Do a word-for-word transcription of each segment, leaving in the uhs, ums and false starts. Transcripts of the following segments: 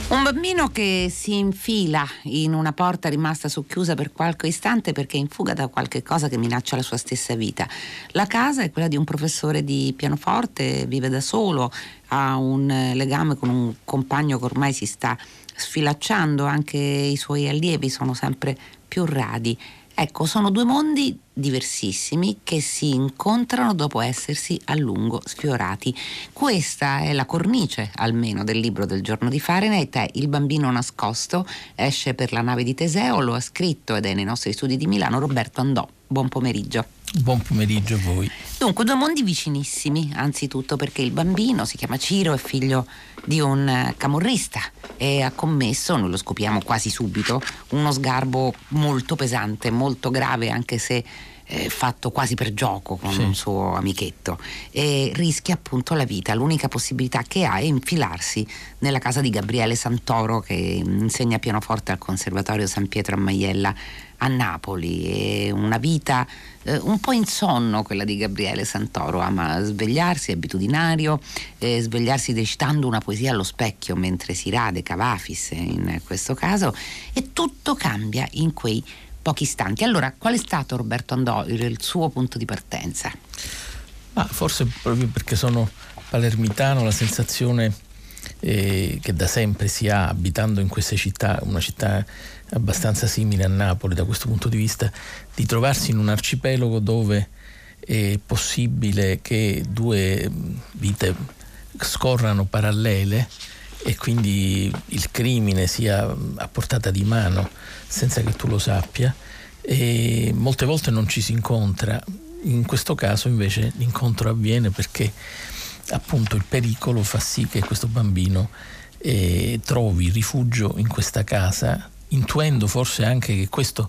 Un bambino che si infila in una porta rimasta socchiusa per qualche istante perché è in fuga da qualche cosa che minaccia la sua stessa vita. La casa è quella di un professore di pianoforte, vive da solo, ha un legame con un compagno che ormai si sta sfilacciando, anche i suoi allievi sono sempre più radi. Ecco, sono due mondi diversissimi che si incontrano dopo essersi a lungo sfiorati. Questa è la cornice, almeno, del libro del giorno di Fahrenheit. È Il bambino nascosto, esce per la nave di Teseo, lo ha scritto ed è nei nostri studi di Milano Roberto Andò. Buon pomeriggio. Buon pomeriggio a voi. Dunque, due mondi vicinissimi, anzitutto perché il bambino si chiama Ciro, è figlio di un camorrista e ha commesso, noi lo scopriamo quasi subito, uno sgarbo molto pesante, molto grave, anche se eh, fatto quasi per gioco con sì. un suo amichetto, e rischia appunto la vita. L'unica possibilità che ha è infilarsi nella casa di Gabriele Santoro, che insegna pianoforte al Conservatorio San Pietro a Maiella a Napoli. È una vita eh, un po' insonno quella di Gabriele Santoro, ama svegliarsi, è abitudinario, eh, svegliarsi recitando una poesia allo specchio mentre si rade, Cavafis in questo caso, e tutto cambia in quei pochi istanti. Allora, qual è stato, Roberto Andò, il suo punto di partenza? Ma forse proprio perché sono palermitano, la sensazione eh, che da sempre si ha abitando in queste città, una città abbastanza simile a Napoli da questo punto di vista, di trovarsi in un arcipelago dove è possibile che due vite scorrano parallele e quindi il crimine sia a portata di mano senza che tu lo sappia, e molte volte non ci si incontra. In questo caso invece l'incontro avviene perché appunto il pericolo fa sì che questo bambino eh, trovi rifugio in questa casa, intuendo forse anche che questo,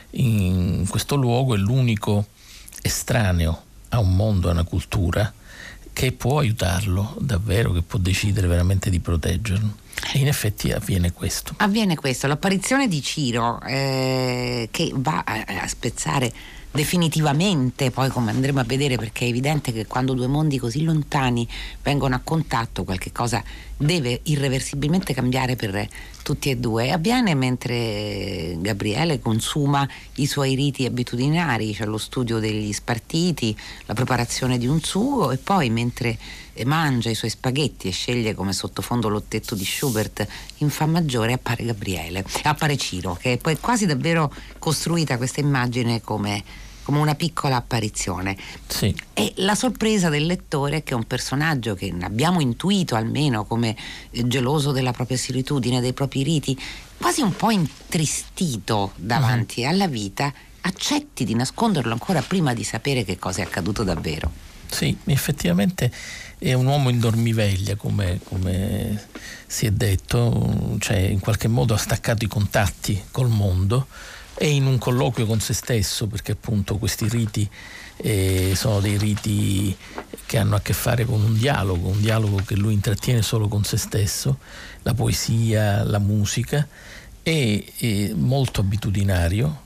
in questo luogo è l'unico estraneo a un mondo, a una cultura, che può aiutarlo davvero, che può decidere veramente di proteggerlo. E in effetti avviene questo. Avviene questo, l'apparizione di Ciro eh, che va a, a spezzare definitivamente, poi come andremo a vedere, perché è evidente che quando due mondi così lontani vengono a contatto qualche cosa deve irreversibilmente cambiare per tutti e due. Avviene mentre Gabriele consuma i suoi riti abitudinari, cioè lo studio degli spartiti, la preparazione di un sugo, e poi mentre mangia i suoi spaghetti e sceglie come sottofondo l'ottetto di Schubert in Fa maggiore, appare Gabriele, appare Ciro, che è poi quasi davvero costruita questa immagine come come una piccola apparizione. Sì. E la sorpresa del lettore è che è un personaggio che abbiamo intuito almeno come geloso della propria solitudine, dei propri riti, quasi un po' intristito davanti uh-huh. alla vita, accetti di nasconderlo ancora prima di sapere che cosa è accaduto davvero. Sì, effettivamente è un uomo in dormiveglia, come, come si è detto, cioè in qualche modo ha staccato i contatti col mondo, è in un colloquio con se stesso, perché appunto questi riti eh, sono dei riti che hanno a che fare con un dialogo, un dialogo che lui intrattiene solo con se stesso, la poesia, la musica, è, è molto abitudinario,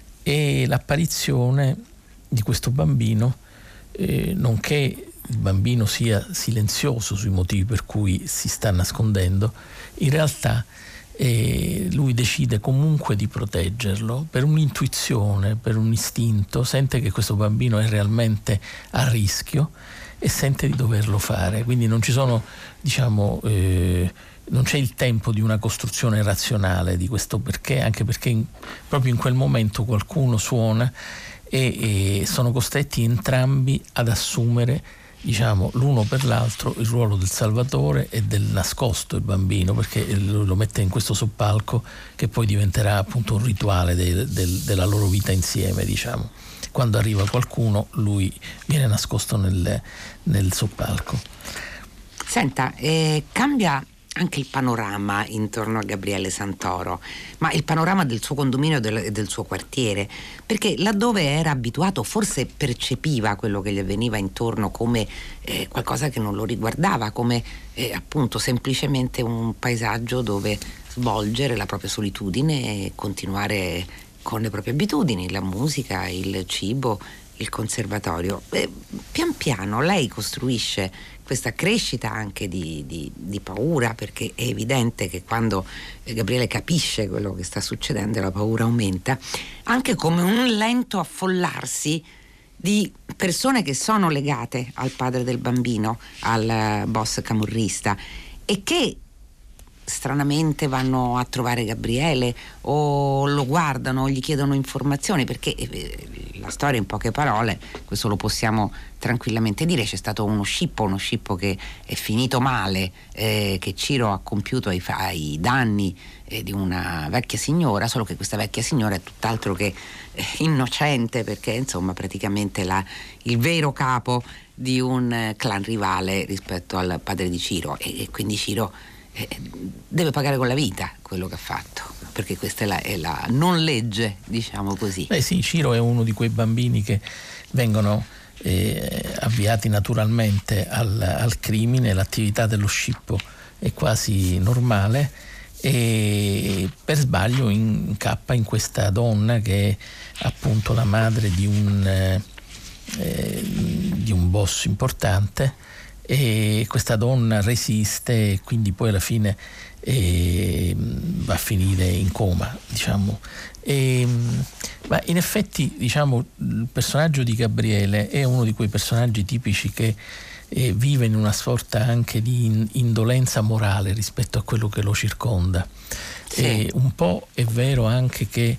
e l'apparizione di questo bambino, eh, nonché il bambino sia silenzioso sui motivi per cui si sta nascondendo, in realtà e lui decide comunque di proteggerlo per un'intuizione, per un istinto, sente che questo bambino è realmente a rischio e sente di doverlo fare, quindi non ci sono, diciamo, eh, non c'è il tempo di una costruzione razionale di questo perché, anche perché in, proprio in quel momento qualcuno suona e, e sono costretti entrambi ad assumere, diciamo, l'uno per l'altro il ruolo del salvatore e del nascosto il bambino, perché lo mette in questo soppalco che poi diventerà appunto un rituale de, de, della loro vita insieme, diciamo. Quando arriva qualcuno lui viene nascosto nel, nel soppalco. Senta, eh, cambia anche il panorama intorno a Gabriele Santoro, ma il panorama del suo condominio e del, del suo quartiere, perché laddove era abituato forse percepiva quello che gli avveniva intorno come eh, qualcosa che non lo riguardava, come eh, appunto semplicemente un paesaggio dove svolgere la propria solitudine e continuare con le proprie abitudini, la musica, il cibo, il conservatorio. Eh, pian piano lei costruisce questa crescita anche di, di, di paura, perché è evidente che quando Gabriele capisce quello che sta succedendo la paura aumenta, anche come un lento affollarsi di persone che sono legate al padre del bambino, al boss camorrista, e che stranamente vanno a trovare Gabriele o lo guardano o gli chiedono informazioni, perché la storia in poche parole, questo lo possiamo tranquillamente dire, c'è stato uno scippo, uno scippo che è finito male, eh, che Ciro ha compiuto ai, ai danni eh, di una vecchia signora, solo che questa vecchia signora è tutt'altro che eh, innocente, perché insomma praticamente la, il vero capo di un eh, clan rivale rispetto al padre di Ciro, e, e quindi Ciro eh, deve pagare con la vita quello che ha fatto, perché questa è la, è la non legge, diciamo così. Beh sì, Ciro è uno di quei bambini che vengono eh, avviati naturalmente al, al crimine, l'attività dello scippo è quasi normale, e per sbaglio incappa in questa donna che è appunto la madre di un, eh, di un boss importante, e questa donna resiste e quindi poi alla fine eh, va a finire in coma, diciamo. E, ma in effetti, diciamo, il personaggio di Gabriele è uno di quei personaggi tipici che eh, vive in una sorta anche di in, indolenza morale rispetto a quello che lo circonda. Sì. E un po' è vero anche che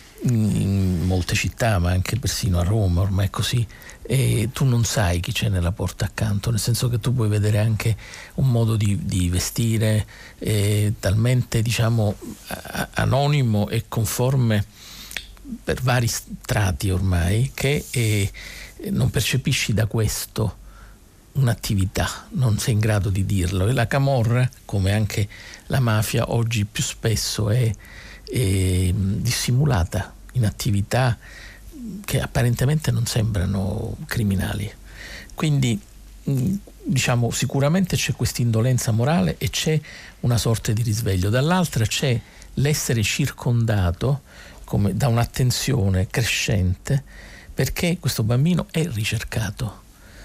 in molte città, ma anche persino a Roma ormai è così, e tu non sai chi c'è nella porta accanto, nel senso che tu puoi vedere anche un modo di, di vestire eh, talmente, diciamo, a, anonimo e conforme per vari strati ormai, che eh, non percepisci da questo un'attività, non sei in grado di dirlo. E la camorra, come anche la mafia, oggi più spesso è, è dissimulata in attività che apparentemente non sembrano criminali. Quindi diciamo sicuramente c'è questa indolenza morale e c'è una sorta di risveglio. Dall'altra c'è l'essere circondato come da un'attenzione crescente, perché questo bambino è ricercato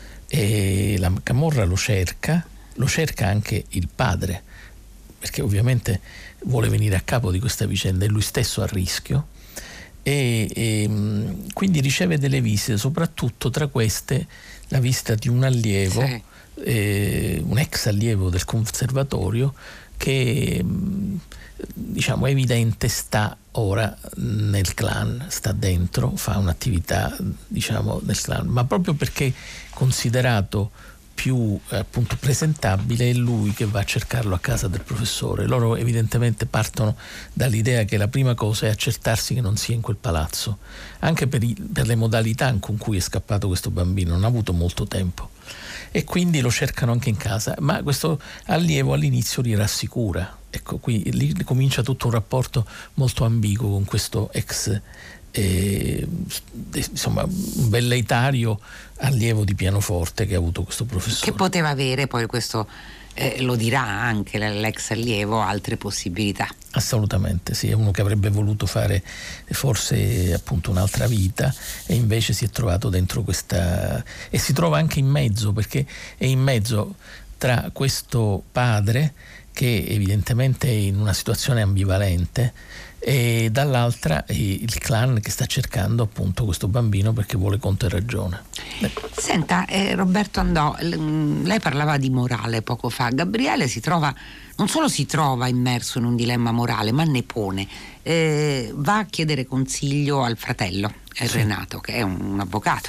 e la camorra lo cerca, lo cerca anche il padre, perché ovviamente vuole venire a capo di questa vicenda, è lui stesso a rischio. E, e quindi riceve delle visite, soprattutto tra queste la visita di un allievo, sì. eh, un ex allievo del conservatorio che diciamo è evidente sta ora nel clan, sta dentro, fa un'attività diciamo nel clan, ma proprio perché considerato più appunto presentabile è lui che va a cercarlo a casa del professore. Loro evidentemente partono dall'idea che la prima cosa è accertarsi che non sia in quel palazzo, anche per, i, per le modalità con cui è scappato questo bambino, non ha avuto molto tempo, e quindi lo cercano anche in casa, ma questo allievo all'inizio li rassicura. Ecco, qui lì comincia tutto un rapporto molto ambiguo con questo ex eh, insomma un velleitario allievo di pianoforte che ha avuto questo professore, che poteva avere poi questo eh, lo dirà anche l'ex allievo, altre possibilità. Assolutamente sì, è uno che avrebbe voluto fare forse appunto un'altra vita e invece si è trovato dentro questa, e si trova anche in mezzo, perché è in mezzo tra questo padre che evidentemente è in una situazione ambivalente e dall'altra il clan che sta cercando appunto questo bambino perché vuole conto e ragione. Beh. Senta, eh, Roberto Andò, lei parlava di morale poco fa. Gabriele si trova, non solo si trova immerso in un dilemma morale, ma ne pone. Eh, va a chiedere consiglio al fratello, sì. Renato, che è un, un avvocato,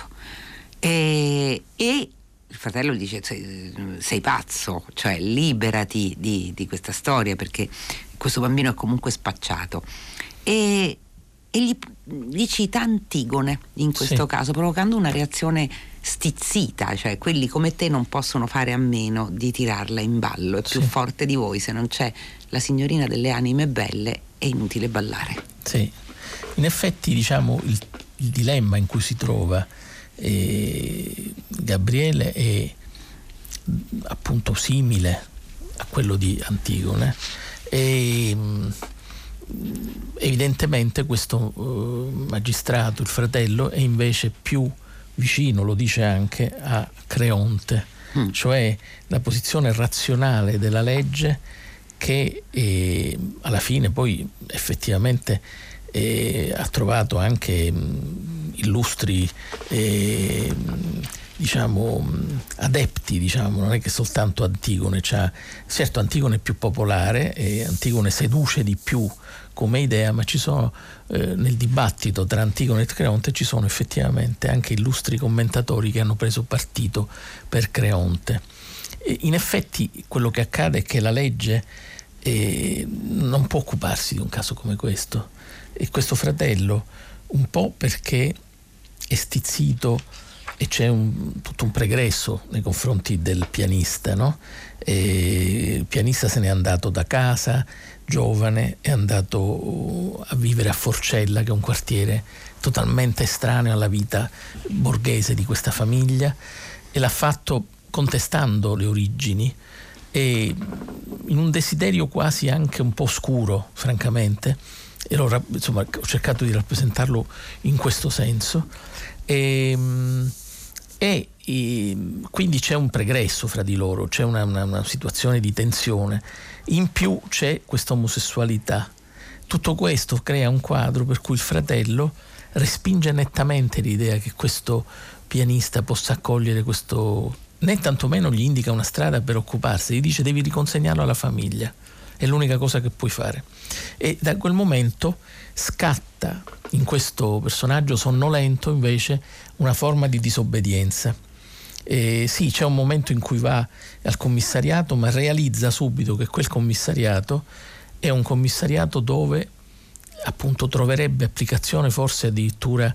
e, e il fratello gli dice: sei, sei pazzo, cioè liberati di, di questa storia, perché questo bambino è comunque spacciato, e, e gli, gli cita Antigone in questo sì. caso, provocando una reazione stizzita, cioè quelli come te non possono fare a meno di tirarla in ballo, è più sì. forte di voi, se non c'è la signorina delle anime belle è inutile ballare. Sì, in effetti diciamo il, il dilemma in cui si trova eh, Gabriele è appunto simile a quello di Antigone. E evidentemente questo uh, magistrato, il fratello, è invece più vicino, lo dice anche, a Creonte, mm. cioè la posizione razionale della legge che eh, alla fine poi effettivamente eh, ha trovato anche mh, illustri eh, diciamo adepti, diciamo, non è che soltanto Antigone c'ha, certo Antigone è più popolare e Antigone seduce di più come idea, ma ci sono eh, nel dibattito tra Antigone e Creonte ci sono effettivamente anche illustri commentatori che hanno preso partito per Creonte. E in effetti quello che accade è che la legge eh, non può occuparsi di un caso come questo, e questo fratello, un po' perché è stizzito e c'è un, tutto un pregresso nei confronti del pianista, no? E il pianista se n'è andato da casa giovane, è andato a vivere a Forcella, che è un quartiere totalmente estraneo alla vita borghese di questa famiglia, e l'ha fatto contestando le origini e in un desiderio quasi anche un po' oscuro, francamente, e lo, insomma, ho cercato di rappresentarlo in questo senso. E, E, e quindi c'è un pregresso fra di loro, c'è una, una, una situazione di tensione, in più c'è questa omosessualità. Tutto questo crea un quadro per cui il fratello respinge nettamente l'idea che questo pianista possa accogliere questo, né tantomeno gli indica una strada per occuparsi, gli dice devi riconsegnarlo alla famiglia, è l'unica cosa che puoi fare. E da quel momento scatta in questo personaggio sonnolento invece una forma di disobbedienza. E sì, c'è un momento in cui va al commissariato, ma realizza subito che quel commissariato è un commissariato dove appunto troverebbe applicazione forse addirittura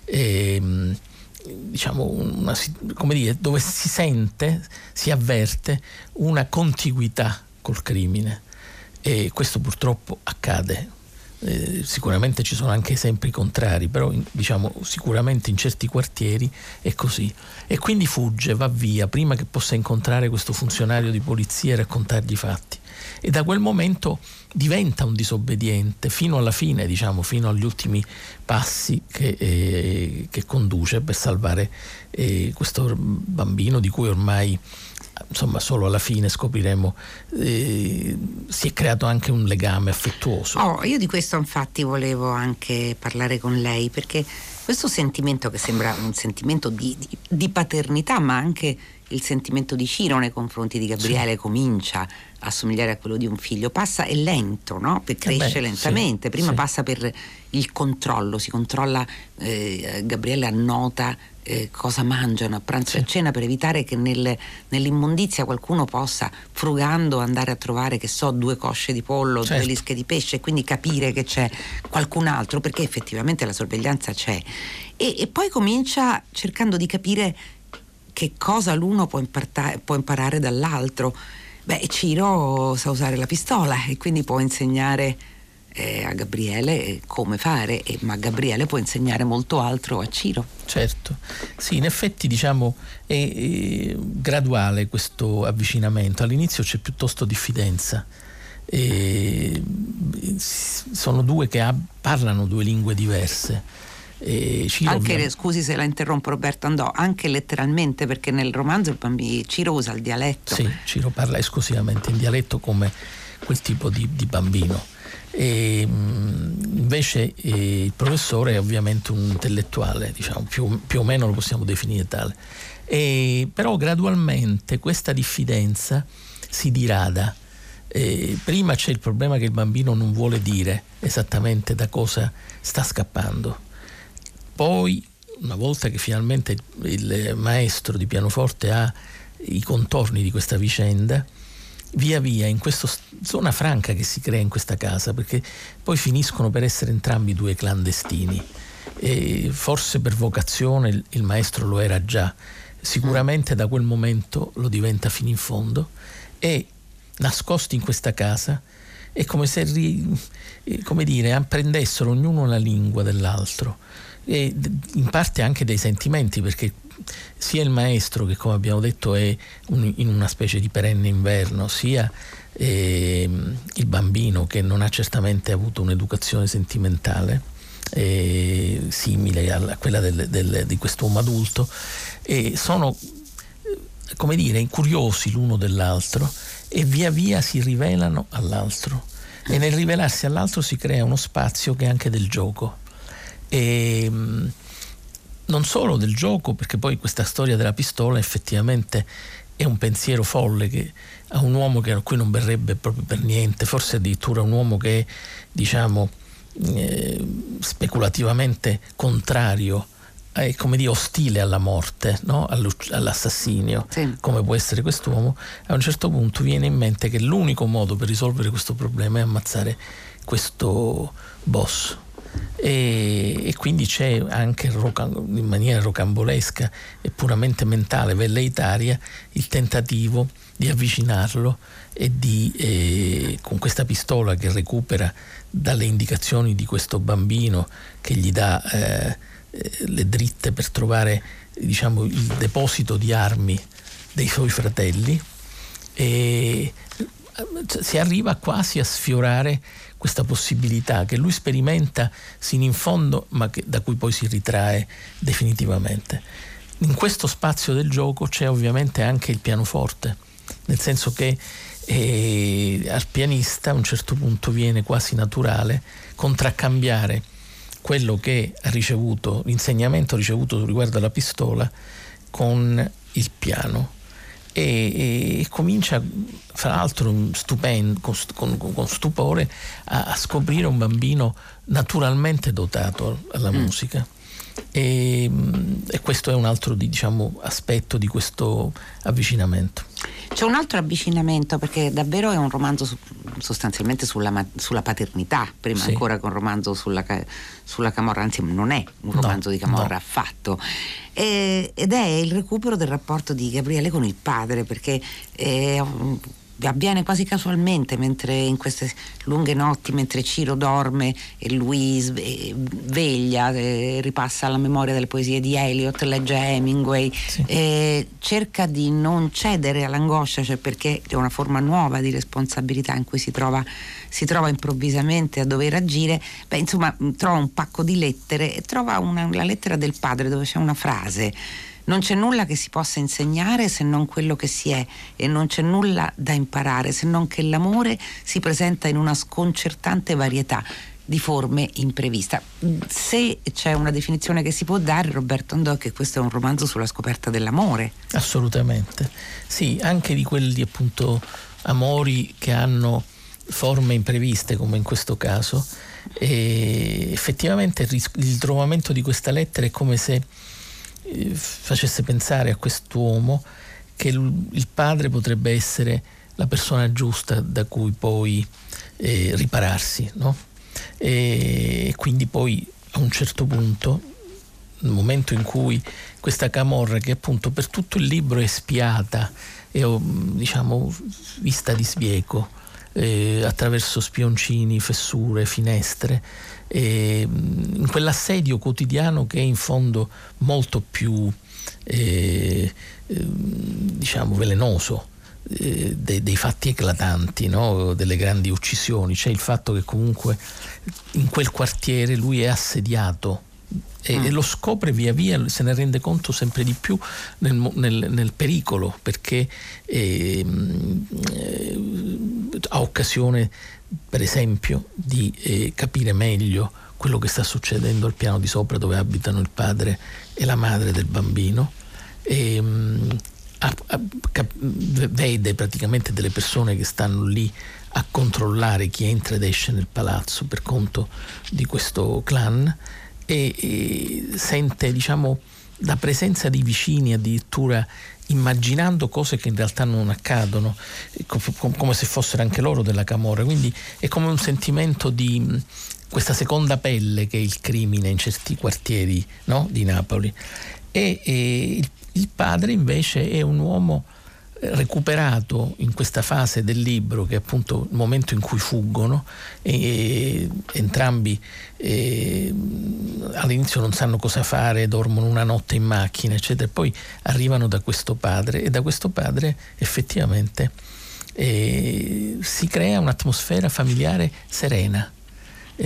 ehm, diciamo una, come dire, dove si sente, si avverte una contiguità col crimine, e questo purtroppo accade. Eh, sicuramente ci sono anche esempi contrari, però in, diciamo sicuramente in certi quartieri è così, e quindi fugge, va via prima che possa incontrare questo funzionario di polizia e raccontargli i fatti, e da quel momento diventa un disobbediente fino alla fine, diciamo fino agli ultimi passi che, eh, che conduce per salvare eh, questo bambino di cui ormai insomma solo alla fine scopriremo eh, si è creato anche un legame affettuoso. Oh, io di questo infatti volevo anche parlare con lei, perché questo sentimento che sembra un sentimento di, di, di paternità, ma anche il sentimento di Ciro nei confronti di Gabriele, sì, comincia a somigliare a quello di un figlio, passa, è lento, no? Per cresce eh beh, lentamente, sì, prima sì. Passa per il controllo, si controlla, eh, Gabriele annota eh, cosa mangiano a pranzo sì. e a cena, per evitare che nel, nell'immondizia qualcuno possa, frugando, andare a trovare, che so, due cosce di pollo, certo. due lische di pesce, e quindi capire che c'è qualcun altro, perché effettivamente la sorveglianza c'è, e, e poi comincia cercando di capire che cosa l'uno può, imparta- può imparare dall'altro. Beh, Ciro sa usare la pistola e quindi può insegnare eh, a Gabriele come fare, e, ma Gabriele può insegnare molto altro a Ciro. Certo, sì, in effetti diciamo è, è graduale questo avvicinamento. All'inizio c'è piuttosto diffidenza. E sono due che ha, parlano due lingue diverse. Eh, Ciro anche ovviamente... scusi se la interrompo Roberto Andò, anche letteralmente, perché nel romanzo il bambino Ciro usa il dialetto. Sì, Ciro parla esclusivamente in dialetto come quel tipo di, di bambino, e invece eh, il professore è ovviamente un intellettuale, diciamo più, più o meno lo possiamo definire tale, e, però gradualmente questa diffidenza si dirada. Eh, prima c'è il problema che il bambino non vuole dire esattamente da cosa sta scappando. Poi, una volta che finalmente il maestro di pianoforte ha i contorni di questa vicenda, via via in questa zona franca che si crea in questa casa, perché poi finiscono per essere entrambi due clandestini, e forse per vocazione il, il maestro lo era già, sicuramente da quel momento lo diventa fino in fondo, e nascosti in questa casa è come se come dire apprendessero ognuno la lingua dell'altro, e in parte anche dei sentimenti, perché sia il maestro, che come abbiamo detto è un, in una specie di perenne inverno, sia eh, il bambino, che non ha certamente avuto un'educazione sentimentale eh, simile a quella del, del, di quest'uomo adulto, e sono come dire, curiosi l'uno dell'altro e via via si rivelano all'altro, e nel rivelarsi all'altro si crea uno spazio che è anche del gioco, e non solo del gioco, perché poi questa storia della pistola effettivamente è un pensiero folle che a un uomo che a cui non verrebbe proprio per niente, forse addirittura un uomo che è, diciamo, eh, speculativamente contrario, è, come dire, ostile alla morte, no? all'assassinio, sì. Come può essere quest'uomo, a un certo punto viene in mente che l'unico modo per risolvere questo problema è ammazzare questo boss. E, e quindi c'è anche in maniera rocambolesca e puramente mentale, velleitaria, il tentativo di avvicinarlo e di eh, con questa pistola che recupera dalle indicazioni di questo bambino che gli dà eh, le dritte per trovare, diciamo, il deposito di armi dei suoi fratelli, e si arriva quasi a sfiorare questa possibilità che lui sperimenta sino in fondo, ma che, da cui poi si ritrae definitivamente. In questo spazio del gioco c'è ovviamente anche il pianoforte, nel senso che eh, al pianista a un certo punto viene quasi naturale contraccambiare quello che ha ricevuto, l'insegnamento ricevuto riguardo alla pistola, con il piano. E, e comincia, fra l'altro, stupendo, con, con, con stupore a, a scoprire un bambino naturalmente dotato alla mm. musica. E, e questo è un altro, diciamo, aspetto di questo avvicinamento. C'è un altro avvicinamento, perché davvero è un romanzo su, sostanzialmente sulla, sulla paternità, prima sì. ancora che un romanzo sulla, sulla camorra, anzi non è un romanzo no, di camorra no. affatto, e, ed è il recupero del rapporto di Gabriele con il padre, perché è, avviene quasi casualmente, mentre in queste lunghe notti, mentre Ciro dorme e lui sveglia, eh, ripassa la memoria delle poesie di Eliot, legge Hemingway, sì. eh, cerca di non cedere all'angoscia, cioè perché è una forma nuova di responsabilità in cui si trova, si trova improvvisamente a dover agire. Beh, insomma, trova un pacco di lettere e trova una, la lettera del padre dove c'è una frase: non c'è nulla che si possa insegnare se non quello che si è, e non c'è nulla da imparare se non che l'amore si presenta in una sconcertante varietà di forme imprevista. Se c'è una definizione che si può dare, Roberto Andò, è che questo è un romanzo sulla scoperta dell'amore. Assolutamente, sì, anche di quelli, appunto, amori che hanno forme impreviste, come in questo caso. E effettivamente il ritrovamento di questa lettera è come se facesse pensare a quest'uomo che il padre potrebbe essere la persona giusta da cui poi eh, ripararsi, no? E quindi poi a un certo punto, nel momento in cui questa camorra, che appunto per tutto il libro è spiata e, diciamo, vista di sbieco eh, attraverso spioncini, fessure, finestre, e in quell'assedio quotidiano che è in fondo molto più eh, eh, diciamo velenoso eh, dei, dei fatti eclatanti, no? Delle grandi uccisioni. C'è il fatto che comunque in quel quartiere lui è assediato e, mm. e lo scopre via via, se ne rende conto sempre di più nel, nel, nel pericolo, perché eh, eh, ha occasione, per esempio, di eh, capire meglio quello che sta succedendo al piano di sopra, dove abitano il padre e la madre del bambino, e mh, a, a, cap- vede praticamente delle persone che stanno lì a controllare chi entra ed esce nel palazzo per conto di questo clan, e, e sente, diciamo, la presenza di vicini, addirittura immaginando cose che in realtà non accadono, come se fossero anche loro della camorra. Quindi è come un sentimento di questa seconda pelle che è il crimine in certi quartieri, no? di Napoli. E, e il, il padre invece è un uomo recuperato in questa fase del libro, che è appunto il momento in cui fuggono, e, e entrambi e, all'inizio non sanno cosa fare, dormono una notte in macchina, eccetera, e poi arrivano da questo padre, e da questo padre effettivamente e, si crea un'atmosfera familiare serena.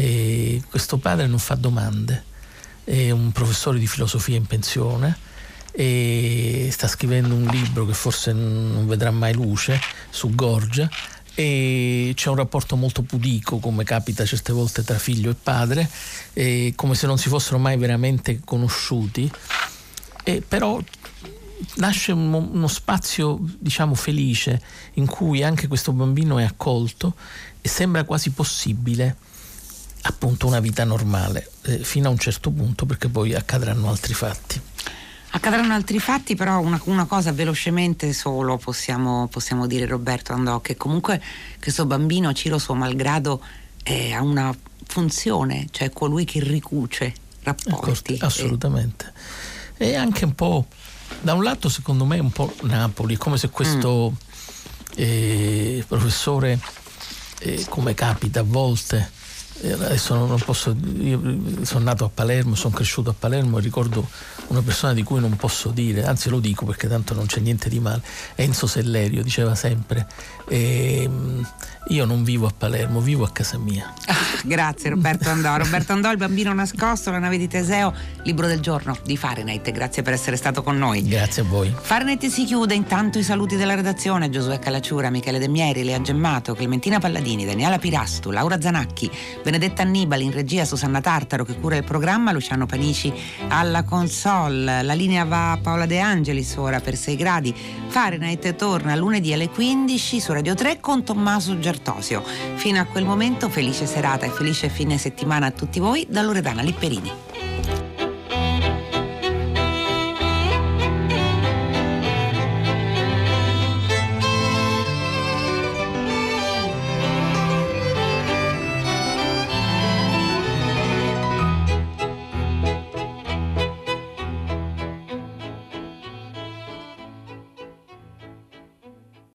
E questo padre non fa domande, è un professore di filosofia in pensione, e sta scrivendo un libro che forse non vedrà mai luce su Gorgia, e c'è un rapporto molto pudico, come capita certe volte tra figlio e padre, e come se non si fossero mai veramente conosciuti, e però nasce uno, uno spazio, diciamo, felice, in cui anche questo bambino è accolto e sembra quasi possibile appunto una vita normale, eh, fino a un certo punto, perché poi accadranno altri fatti. Accadranno altri fatti, però una, una cosa velocemente solo possiamo, possiamo dire, Roberto Andò, che comunque questo bambino, Ciro suo malgrado, eh, ha una funzione, cioè colui che ricuce rapporti. Ecco, assolutamente. E... e anche un po', da un lato secondo me un po' Napoli, come se questo mm. eh, professore, eh, come capita a volte, adesso non posso, io sono nato a Palermo, sono cresciuto a Palermo e ricordo una persona di cui non posso dire, anzi lo dico perché tanto non c'è niente di male, Enzo Sellerio diceva sempre ehm, io non vivo a Palermo, vivo a casa mia. Ah, grazie Roberto Andò. Roberto Andò, Il bambino nascosto, La nave di Teseo, libro del giorno di Fahrenheit. Grazie per essere stato con noi. Grazie a voi. Fahrenheit si chiude, intanto i saluti della redazione: Giosuè Calacciura, Michele De Mieri, Lea Gemmato, Clementina Palladini, Daniela Pirastu, Laura Zanacchi, Benedetta Annibali, in regia Susanna Tartaro che cura il programma, Luciano Panici alla console. La linea va a Paola De Angelis ora per sei gradi. Fahrenheit torna lunedì alle quindici su Radio tre con Tommaso Giartosio. Fino a quel momento felice serata e felice fine settimana a tutti voi da Loredana Lipperini.